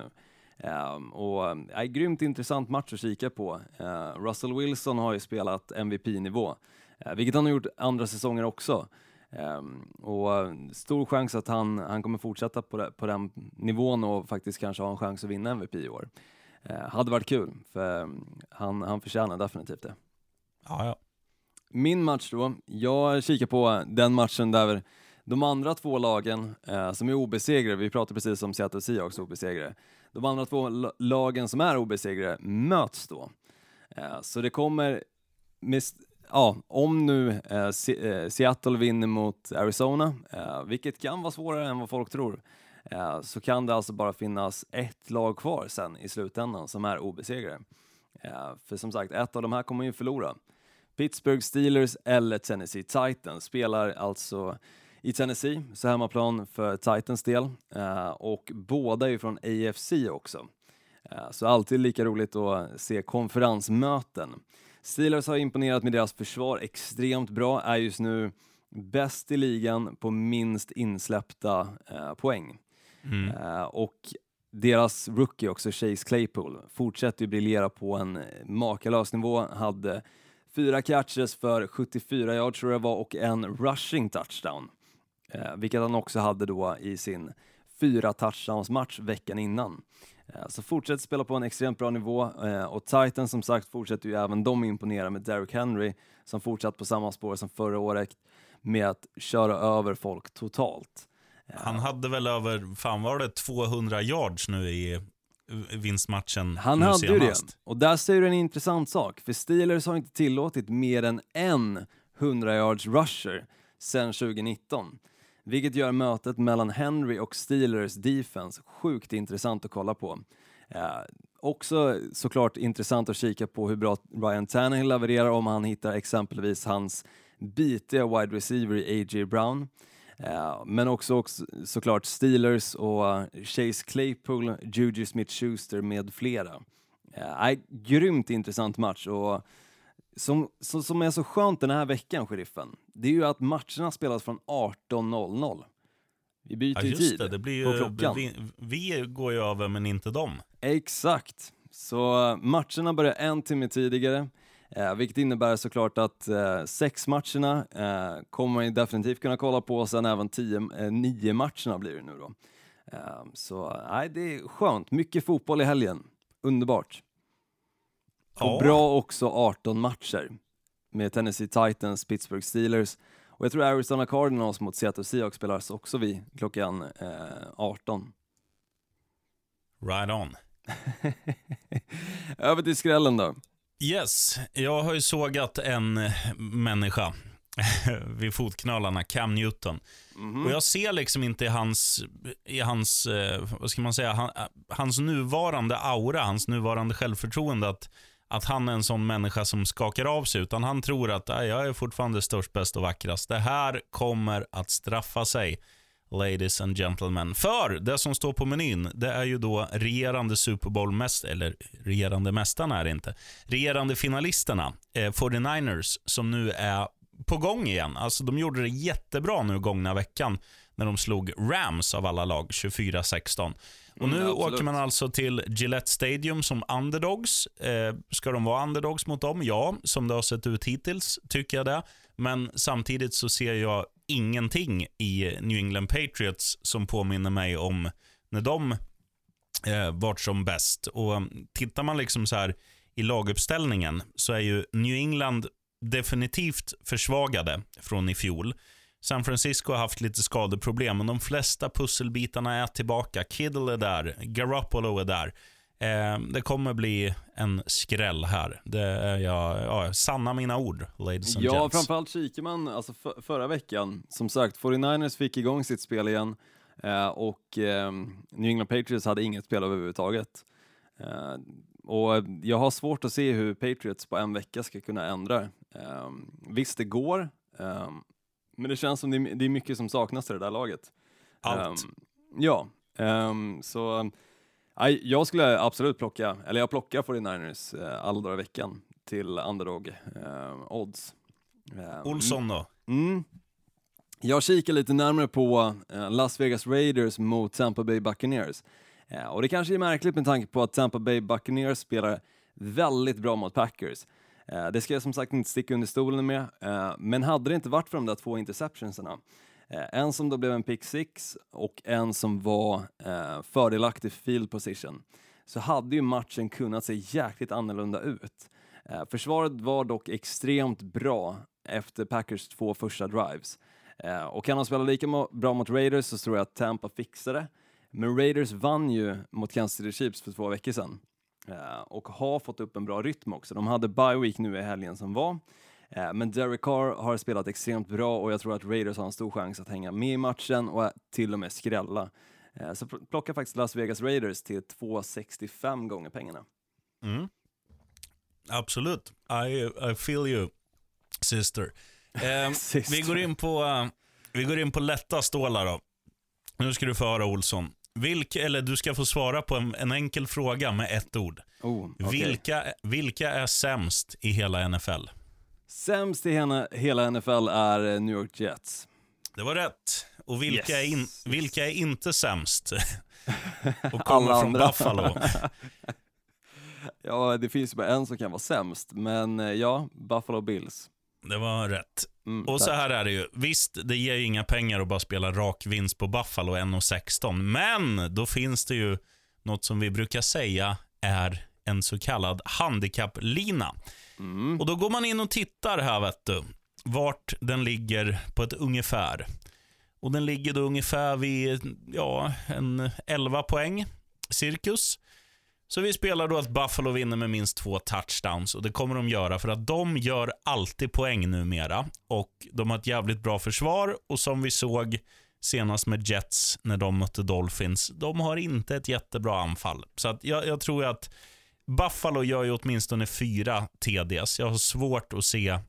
Um, och är uh, grymt intressant match att kika på. Uh, Russell Wilson har ju spelat M V P-nivå, uh, vilket han har gjort andra säsonger också. Um, och uh, stor chans att han, han kommer fortsätta på, det, på den nivån och faktiskt kanske ha en chans att vinna M V P i år. Uh, hade varit kul, för um, han, han förtjänar definitivt det. Ja, ja. Min match då, jag kikar på den matchen där de andra två lagen uh, som är obesegrade, vi pratar precis om Seattle Seahawks obesegrade. De andra två lagen som är obesegrade möts då. Eh, så det kommer, mis- ja, om nu eh, Se- eh, Seattle vinner mot Arizona, eh, vilket kan vara svårare än vad folk tror, eh, så kan det alltså bara finnas ett lag kvar sen i slutändan som är obesegrade. Eh, för som sagt, ett av de här kommer ju förlora. Pittsburgh Steelers eller Tennessee Titans spelar alltså i Tennessee, så hemmaplan för Titans del. Uh, och båda är ju från A F C också. Uh, så alltid lika roligt att se konferensmöten. Steelers har imponerat med deras försvar extremt bra. Är just nu bäst i ligan på minst insläppta uh, poäng. Mm. Uh, och deras rookie också, Chase Claypool, fortsätter ju briljera på en makalös nivå. Hade fyra catches för sjuttiofyra yards tror jag var, och en rushing touchdown. Eh, vilket han också hade då i sin fyra touchdowns match veckan innan. Så fortsätter spela på en extremt bra nivå, och Titans som sagt fortsätter ju även de imponera med Derrick Henry som fortsatt på samma spår som förra året med att köra över folk totalt. Han hade väl över, fan var det tvåhundra yards nu i vinstmatchen. Han hade ju det, och där säger du en intressant sak, för Steelers har inte tillåtit mer än en hundra yards rusher sedan tjugonitton. Vilket gör mötet mellan Henry och Steelers defense sjukt intressant att kolla på. Eh, också såklart intressant att kika på hur bra Ryan Tannehill levererar om han hittar exempelvis hans bitiga wide receiver i A J Brown. Eh, men också, också såklart Steelers och Chase Claypool, Juju Smith-Schuster med flera. Eh, grymt intressant match, och Som, som, som är så skönt den här veckan, sheriffen, det är ju att matcherna spelas från arton noll noll. Vi byter ja, ju tid det, det blir på ju, klockan. Vi, vi går ju över, men inte dem. Exakt. Så matcherna börjar en timme tidigare, eh, vilket innebär såklart att eh, sex matcherna eh, kommer man ju definitivt kunna kolla på, och sen även tio, eh, nio matcherna blir det nu då. Eh, så nej, det är skönt. Mycket fotboll i helgen. Underbart. Och ja. bra också arton matcher med Tennessee Titans, Pittsburgh Steelers, och jag tror Arizona Cardinals mot Seattle Seahawks spelas också vid klockan eh, arton. Right on. Över till skrällen då. Yes, jag har ju sågat en människa vid fotknölarna, Cam Newton. Mm-hmm. Och jag ser liksom inte i hans, i hans eh, vad ska man säga, han, hans nuvarande aura, hans nuvarande självförtroende att, att han är en sån människa som skakar av sig, utan han tror att jag är fortfarande störst, bäst och vackrast. Det här kommer att straffa sig, ladies and gentlemen. För det som står på menyn, det är ju då regerande Super Bowl-mäst, eller regerande mästarna är det inte, regerande finalisterna, eh, fyrtionioers, som nu är på gång igen. Alltså de gjorde det jättebra nu gångna veckan när de slog Rams av alla lag tjugofyra sexton. Och nu mm, åker man alltså till Gillette Stadium som underdogs. Eh, ska de vara underdogs mot dem? Ja, som det har sett ut hittills tycker jag det. Men samtidigt så ser jag ingenting i New England Patriots som påminner mig om när de eh, varit som bäst. Och tittar man liksom så här i laguppställningen så är ju New England definitivt försvagade från i fjol. San Francisco har haft lite skadeproblem, men de flesta pusselbitarna är tillbaka. Kittle är där, Garoppolo är där. Eh, det kommer bli en skräll här. Det är jag, ja, sanna mina ord, ladies and ja, gents. Ja, framförallt kikar man alltså för, förra veckan. Som sagt, fyrtionioers fick igång sitt spel igen, eh, och eh, New England Patriots hade inget spel överhuvudtaget. Eh, och jag har svårt att se hur Patriots på en vecka ska kunna ändra. Eh, visst, det går. Eh, men det känns som det är, det är mycket som saknas i det där laget. Allt. Eh, ja, eh, så... Nej, jag skulle absolut plocka, eller jag plockar fyrtionioers eh, alla dagar i veckan till underdog eh, odds. Eh, Olsson då? Mm. Jag kikar lite närmare på eh, Las Vegas Raiders mot Tampa Bay Buccaneers. Eh, och det kanske är märkligt med tanke på att Tampa Bay Buccaneers spelar väldigt bra mot Packers. Eh, det ska jag som sagt inte sticka under stolen med, eh, men hade det inte varit för de där två interceptionsarna, en som då blev en pick six och en som var eh, fördelaktig field position, så hade ju matchen kunnat se jäkligt annorlunda ut. Eh, försvaret var dock extremt bra efter Packers två första drives. Eh, och kan de spela lika mo- bra mot Raiders så tror jag att Tampa fixar det. Men Raiders vann ju mot Kansas City Chiefs för två veckor sedan. Eh, och har fått upp en bra rytm också. De hade bye week nu i helgen som var. Men Derek Carr har spelat extremt bra och jag tror att Raiders har en stor chans att hänga med i matchen och till och med skrälla. Så plockar faktiskt Las Vegas Raiders till två sextiofem gånger pengarna. Mm. Absolut. I, I feel you, sister. Eh, sister. Vi går in på uh, vi går in på lätta stålar då. Nu ska du få höra, Olsson. Vilka, eller du ska få svara på en, en enkel fråga med ett ord. Oh, okay. Vilka, vilka är sämst i hela N F L? Sämst i hela, hela N F L är New York Jets. Det var rätt. Och vilka, yes. är, in, vilka är inte sämst? Och kommer från Buffalo. Ja, det finns bara en som kan vara sämst. Men ja, Buffalo Bills. Det var rätt. Mm, och tack. Så här är det ju. Visst, det ger ju inga pengar att bara spela rak vinst på Buffalo en sexton. Men då finns det ju något som vi brukar säga är en så kallad handikapplina. Mm. Och då går man in och tittar här, vet du, vart den ligger på ett ungefär. Och den ligger då ungefär vid ja, en elva poäng cirkus. Så vi spelar då att Buffalo vinner med minst två touchdowns. Och det kommer de göra för att de gör alltid poäng numera. Och de har ett jävligt bra försvar. Och som vi såg senast med Jets när de mötte Dolphins, de har inte ett jättebra anfall. Så att jag, jag tror att Buffalo gör ju åtminstone fyra T Ds. Jag har svårt att se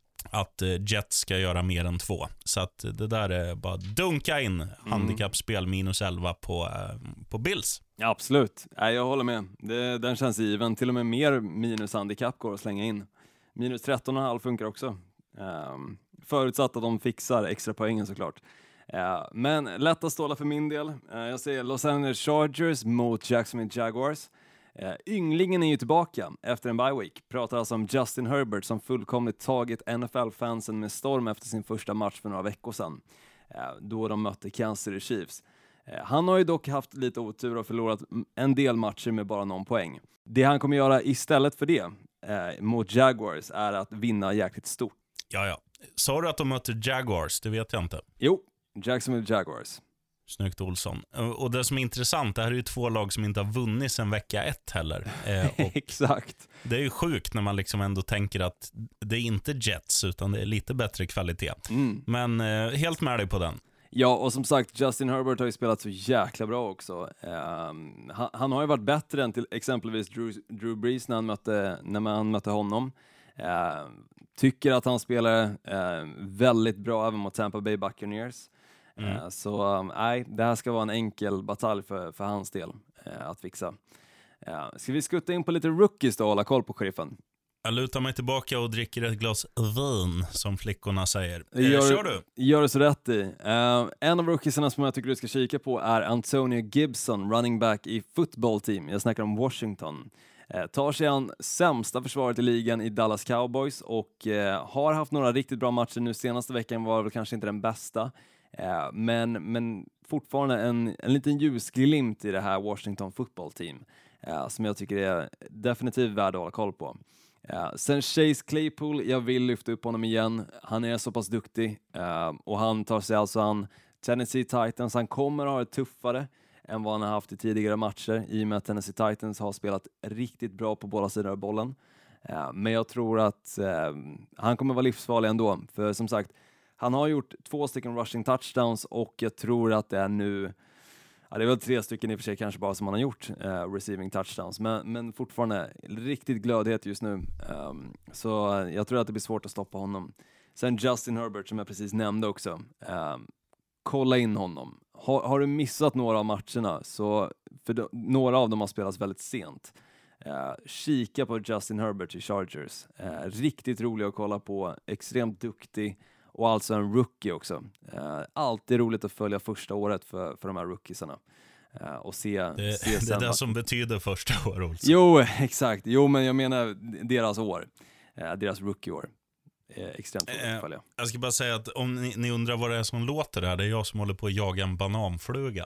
att Jets ska göra mer än två. Så att det där är bara dunka in handikappspel minus elva på, på Bills. Ja, absolut. Nej, jag håller med. Det, den känns given. Till och med mer minus handikapp går att slänga in. Minus tretton komma fem funkar också. Um, förutsatt att de fixar extra poängen såklart. Uh, men lätta stålar för min del. Uh, jag ser Los Angeles Chargers mot Jacksonville Jaguars. Uh, ynglingen är ju tillbaka efter en bye week. Pratar alltså om Justin Herbert som fullkomligt tagit N F L-fansen med storm efter sin första match för några veckor sedan. Uh, då de mötte Kansas City Chiefs. Uh, han har ju dock haft lite otur och förlorat en del matcher med bara någon poäng. Det han kommer göra istället för det uh, mot Jaguars är att vinna jäkligt stort. Ja, ja. Sa du att de möter Jaguars? Det vet jag inte. Jo, Jacksonville Jaguars. Snyggt, Olsson. Och det som är intressant, det här är ju två lag som inte har vunnit sedan vecka ett heller. Eh, Exakt. Det är ju sjukt när man liksom ändå tänker att det är inte Jets utan det är lite bättre kvalitet. Mm. Men eh, helt med dig på den. Ja, och som sagt, Justin Herbert har ju spelat så jäkla bra också. Um, han, han har ju varit bättre än till exempelvis Drew, Drew Brees när, han mötte, när man mötte honom. Uh, tycker att han spelar uh, väldigt bra även mot Tampa Bay Buccaneers. Mm. Uh, så nej, um, det här ska vara en enkel batalj för, för hans del uh, att fixa. Uh, ska vi skutta in på lite rookies då och hålla koll på sheriffen? Jag lutar mig tillbaka och dricker ett glas vin, som flickorna säger. Eh, gör, kör du? Gör det så rätt i. Uh, en av rookiesarna som jag tycker du ska kika på är Antonio Gibson, running back i football team. Jag snackar om Washington. Uh, tar sig an sämsta försvaret i ligan i Dallas Cowboys och uh, har haft några riktigt bra matcher nu. Senaste veckan var väl kanske inte den bästa. Uh, men, men fortfarande en, en liten ljusglimt i det här Washington football team. Uh, som jag tycker är definitivt värd att hålla koll på. Uh, sen Chase Claypool, jag vill lyfta upp honom igen. Han är så pass duktig uh, och han tar sig alltså an Tennessee Titans. Han kommer att ha det tuffare än vad han har haft i tidigare matcher i och med att Tennessee Titans har spelat riktigt bra på båda sidor av bollen. Uh, men jag tror att uh, han kommer vara livsfarlig ändå. För som sagt, han har gjort två stycken rushing touchdowns och jag tror att det är nu... Ja, det är väl tre stycken i och för sig kanske bara som han har gjort uh, receiving touchdowns, men, men fortfarande riktigt glödhet just nu. Um, så uh, jag tror att det blir svårt att stoppa honom. Sen Justin Herbert som jag precis nämnde också. Um, kolla in honom. Ha, har du missat några av matcherna, så för de, några av dem har spelats väldigt sent. Uh, kika på Justin Herbert i Chargers. Uh, riktigt rolig att kolla på, extremt duktig. Och alltså en rookie också. Uh, alltid roligt att följa första året för, för de här rookiesarna. Uh, och se, det, se det är det som betyder första år också. Jo, exakt. Jo, men jag menar deras år. Uh, deras rookie-år. Uh, extremt roligt att följa. Uh, jag ska bara säga att om ni, ni undrar vad det är som låter där, det är jag som håller på att jaga en bananfluga.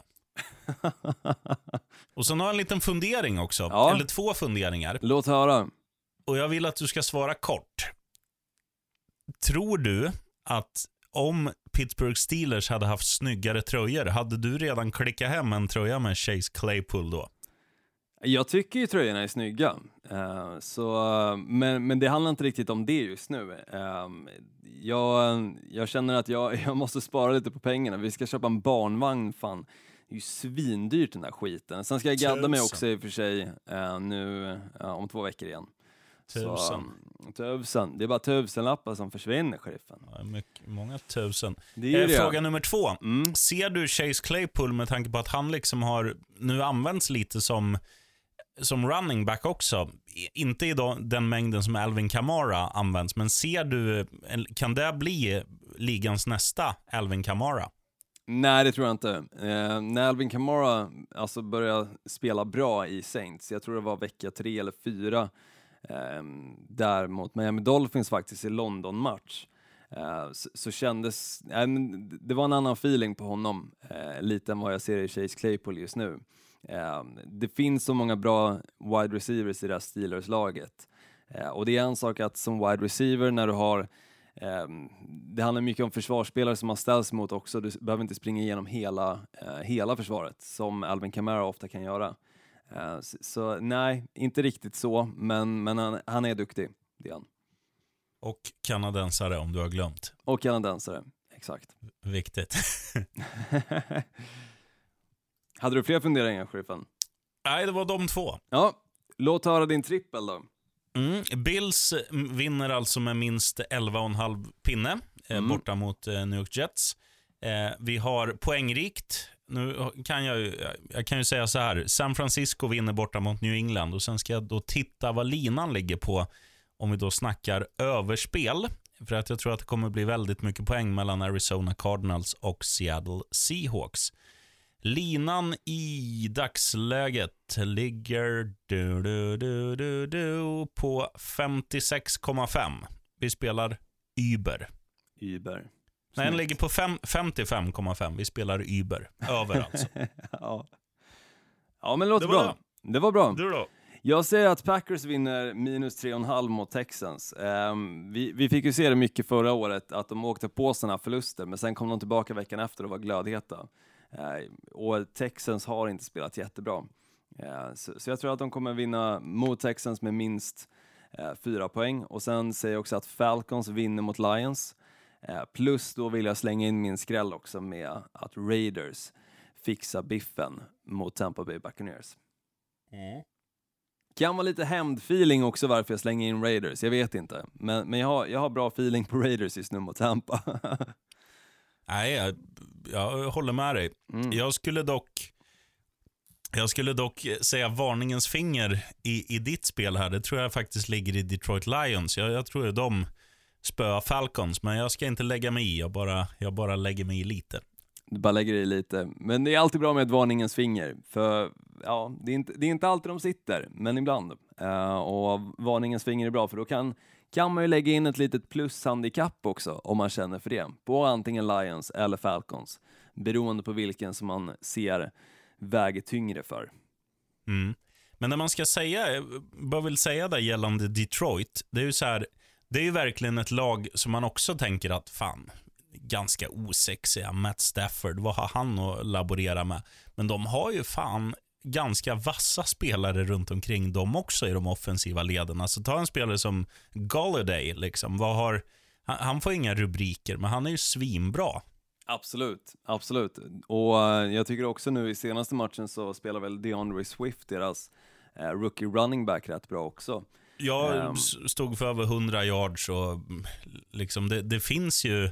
Och sen har jag en liten fundering också. Ja. Eller två funderingar. Låt höra. Och jag vill att du ska svara kort. Tror du att om Pittsburgh Steelers hade haft snyggare tröjor, hade du redan klickat hem en tröja med Chase Claypool då? Jag tycker ju tröjorna är snygga. Uh, så, men, men det handlar inte riktigt om det just nu. Uh, jag, jag känner att jag, jag måste spara lite på pengarna. Vi ska köpa en barnvagn, fan. Det är ju svindyrt den där skiten. Sen ska jag gadda mig också i och för sig uh, nu uh, om två veckor igen. Tusen. Så, tusen. Det är bara tusenlappar som försvinner, sheriffen. Ja, mycket, många tusen. Det är eh, det. Fråga nummer två. Mm. Ser du Chase Claypool med tanke på att han liksom har nu använts lite som, som running back också? Inte i då, den mängden som Alvin Kamara används, men ser du, kan det bli ligans nästa Alvin Kamara? Nej, det tror jag inte. Eh, när Alvin Kamara alltså började spela bra i Saints, jag tror det var vecka tre eller fyra, Um, där mot Miami Dolphins faktiskt i London-match uh, så, så kändes uh, det var en annan feeling på honom uh, lite än vad jag ser i Chase Claypool just nu. Eh, det finns så många bra wide receivers i det här Steelers-laget. Eh, och det är en sak att som wide receiver när du har eh, det handlar mycket om försvarsspelare som man ställs mot också. Du behöver inte springa igenom hela, eh, hela försvaret som Alvin Kamara ofta kan göra. Uh, så, så nej, inte riktigt så, men, men han, han är duktig, det är han. Och kanadensare om du har glömt. Och kanadensare, exakt. Viktigt. Hade du fler funderingar, sheriffen? Nej, det var de två. Ja, låt höra din trippel då. Mm. Bills vinner alltså med minst elva komma fem pinne eh, mm. borta mot eh, New York Jets. Eh, vi har poängrikt. Nu kan jag, jag kan ju säga så här. San Francisco vinner borta mot New England. Och sen ska jag då titta vad linan ligger på. Om vi då snackar överspel. För att jag tror att det kommer bli väldigt mycket poäng mellan Arizona Cardinals och Seattle Seahawks. Linan i dagsläget ligger du, du, du, du, du, på femtiosex komma fem. Vi spelar Uber. Uber. Nej, den ligger på fem, femtiofem komma fem. Vi spelar Uber. Över alltså. ja. ja, men det låter det var bra. Det. det var bra. Du då? Jag säger att Packers vinner minus tre komma fem mot Texans. Um, vi, vi fick ju se det mycket förra året att de åkte på såna förluster, men sen kom de tillbaka veckan efter och var glödheta. Uh, och Texans har inte spelat jättebra. Uh, så, så jag tror att de kommer vinna mot Texans med minst uh, fyra poäng. Och sen säger jag också att Falcons vinner mot Lions. Uh, plus då vill jag slänga in min skräll också med att Raiders fixar biffen mot Tampa Bay Buccaneers. Mm. Kan vara lite hämndfeeling också varför jag slänger in Raiders, jag vet inte. Men, men jag, har, jag har bra feeling på Raiders just nu mot Tampa. Nej, jag, jag håller med dig. Mm. Jag skulle dock jag skulle dock säga varningens finger i, i ditt spel här. Det tror jag faktiskt ligger i Detroit Lions. Jag, jag tror att de spöar Falcons, men jag ska inte lägga mig i. Jag bara, jag bara lägger mig i lite. Du bara lägger i lite. Men det är alltid bra med ett varningens finger. För ja, det är inte, det är inte alltid de sitter, men ibland. Uh, och varningens finger är bra, för då kan, kan man ju lägga in ett litet plushandikapp också, om man känner för det. På antingen Lions eller Falcons. Beroende på vilken som man ser väger tyngre för. Mm. Men när man ska säga, bara vill säga det gällande Detroit, det är ju så här, det är ju verkligen ett lag som man också tänker att fan, ganska osexiga Matt Stafford, vad har han att laborera med? Men de har ju fan ganska vassa spelare runt omkring dem också i de offensiva leden. Alltså ta en spelare som Golladay liksom, vad har han, han får inga rubriker, men han är ju svinbra. Absolut, absolut. Och uh, jag tycker också nu i senaste matchen så spelar väl DeAndre Swift, deras uh, rookie running back, rätt bra också. Jag um, stod för över hundra yards och liksom det, det finns ju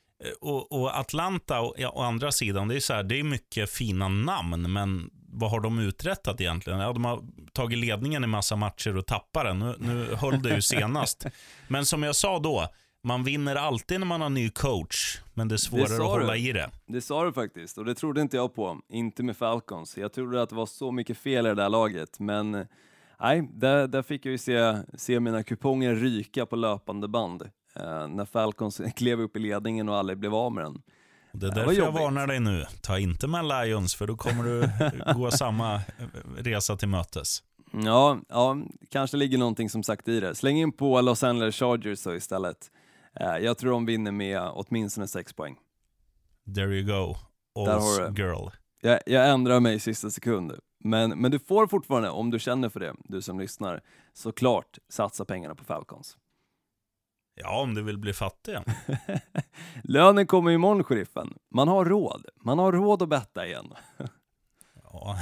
och, och Atlanta och, ja, å andra sidan, det är så här, det är mycket fina namn, men vad har de uträttat egentligen? Ja, de har tagit ledningen i massa matcher och tappar den. Nu, nu höll det ju senast. Men som jag sa då, man vinner alltid när man har ny coach, men det är svårare det att hålla du. i det. Det sa du faktiskt, och det trodde inte jag på. Inte med Falcons. Jag trodde att det var så mycket fel i det där laget, men nej, där, där fick jag ju se, se mina kuponger ryka på löpande band. Uh, när Falcons klev upp i ledningen och aldrig blev av med den. Det är därför jag varnar dig nu. Ta inte med Lions, för då kommer du gå samma resa till mötes. Ja, ja, kanske ligger någonting som sagt i det. Släng in på Los Angeles Chargers så istället. Uh, jag tror de vinner med åtminstone sex poäng. There you go. All's girl. Jag, jag ändrar mig i sista sekund. Men, men du får fortfarande, om du känner för det, du som lyssnar, såklart satsa pengarna på Falcons. Ja, om du vill bli fattig. Lönen kommer imorgon, sheriffen. Man har råd. Man har råd att betta igen. Ja,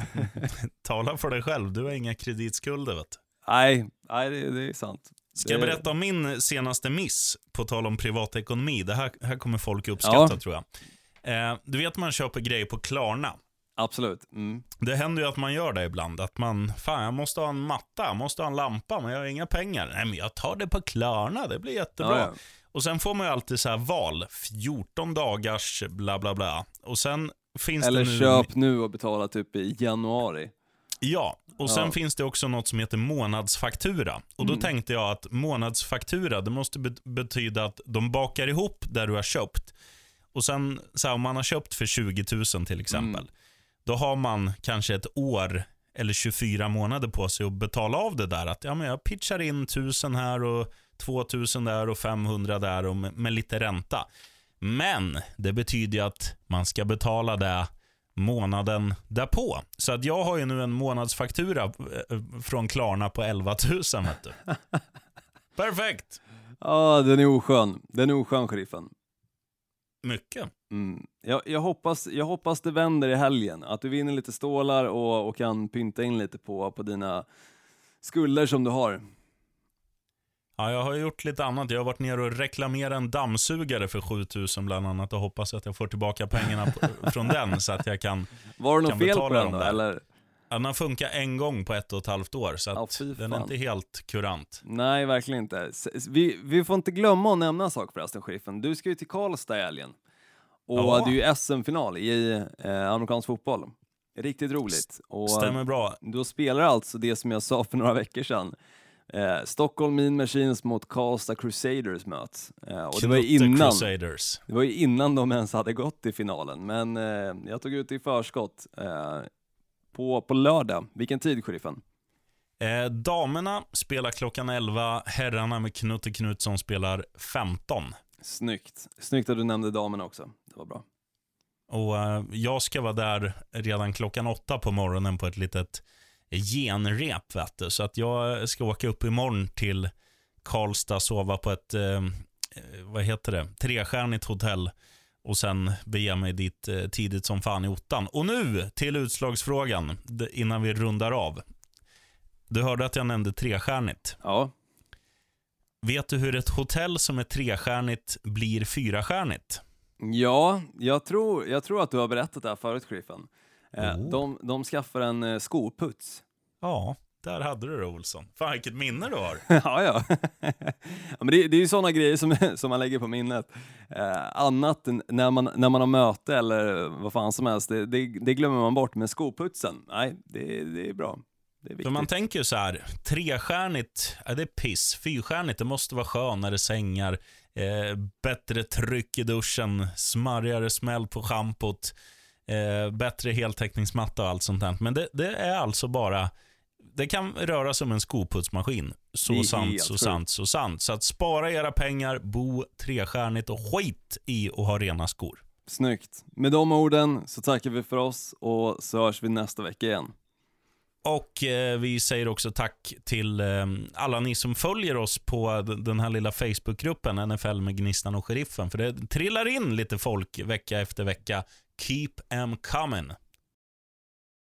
tala för dig själv. Du har inga kreditskulder, vet du. Nej, nej det, det är sant. Ska jag berätta om min senaste miss på tal om privatekonomi? Det här, här kommer folk uppskatta, ja. tror jag. Eh, du vet, man köper grejer på Klarna. Absolut. Mm. Det händer ju att man gör det ibland. Att man, fan jag måste ha en matta, jag måste ha en lampa, men jag har inga pengar. Nej, men jag tar det på Klarna, det blir jättebra. Ja, ja. Och sen får man ju alltid så här val, fjorton dagars bla bla bla. Och sen finns Eller det nu... köp nu och betala typ i januari. Ja, och sen ja. finns det också något som heter månadsfaktura. Och då mm. tänkte jag att månadsfaktura, det måste betyda att de bakar ihop där du har köpt. Och sen, så här, om man har köpt för tjugo tusen till exempel, mm. då har man kanske ett år eller tjugofyra månader på sig att betala av det där. Att ja, men jag pitchar in tusen här och tvåtusen där och femhundra där och med, med lite ränta. Men det betyder ju att man ska betala det månaden därpå. Så att jag har ju nu en månadsfaktura från Klarna på elva tusen, vet du. Perfekt. Ja, den är oskön. Den är oskön, sheriffen. Mycket. Mm. Jag, jag, hoppas, jag hoppas det vänder i helgen. Att du vinner lite stålar och, och kan pynta in lite på, på dina skulder som du har. Ja, jag har gjort lite annat. Jag har varit ner och reklamerat en dammsugare för sju tusen bland annat och hoppas att jag får tillbaka pengarna på, från den så att jag kan Var det något fel på den då, eller? Ja, den funkar en gång på ett och ett halvt år så att Ja, den är inte helt kurant. Nej, verkligen inte. Vi, vi får inte glömma att nämna en sak förresten, sheriffen. Du ska ju till Karlstad i helgen. Och Ja. det är ju S M-final i eh, amerikansk fotboll. Riktigt roligt. Och stämmer bra. då spelar alltså det som jag sa för några veckor sedan. Eh, Stockholm Mean Machines mot Karlstad Crusaders möts. Eh, och det var, ju innan, Crusaders. det var ju innan de ens hade gått i finalen. Men eh, jag tog ut i förskott eh, på, på lördag. Vilken tid, sheriffen? Eh, damerna spelar klockan elva. Herrarna med Knutte Knutsson spelar femton. Snyggt. Snyggt att du nämnde damerna också. Det var bra. Och eh, jag ska vara där redan klockan åtta på morgonen på ett litet genrep, vet du. Så att jag ska åka upp imorgon till Karlstad, sova på ett eh, vad heter det? Trestjärnigt hotell och sen bege mig dit eh, tidigt som fan i ottan. Och nu till utslagsfrågan innan vi rundar av. Du hörde att jag nämnde trestjärnigt. Ja. Vet du hur ett hotell som är trestjärnigt blir fyrastjärnigt? Ja, jag tror, jag tror att du har berättat det här förut, sheriffen. Eh, Oh. de, de skaffar en eh, skoputs. Ja, där hade du det, Olsson. Fan, vilket minne du har. ja, ja. ja men det, det är ju sådana grejer som, som man lägger på minnet. Eh, annat än när man, när man har möte eller vad fan som helst, det, det, det glömmer man bort. Men skoputsen, nej, det, det är bra. Det är viktigt. För man tänker ju så här, trestjärnigt, ja, det är piss. Fyrstjärnigt, det måste vara skönare sängar, eh, bättre tryck i duschen, smarrigare smäll på schampot, eh, bättre heltäckningsmatta och allt sånt där. Men det, det är alltså bara, det kan röra sig om en skoputsmaskin. Så sant, så sant, så sant. Så att spara era pengar, bo trestjärnigt och skit i att ha rena skor. Snyggt. Med de orden så tackar vi för oss och så hörs vi nästa vecka igen. Och eh, vi säger också tack till eh, alla ni som följer oss på d- den här lilla Facebookgruppen N F L med Gnistan och Sheriffen. För det trillar in lite folk vecka efter vecka. Keep em coming.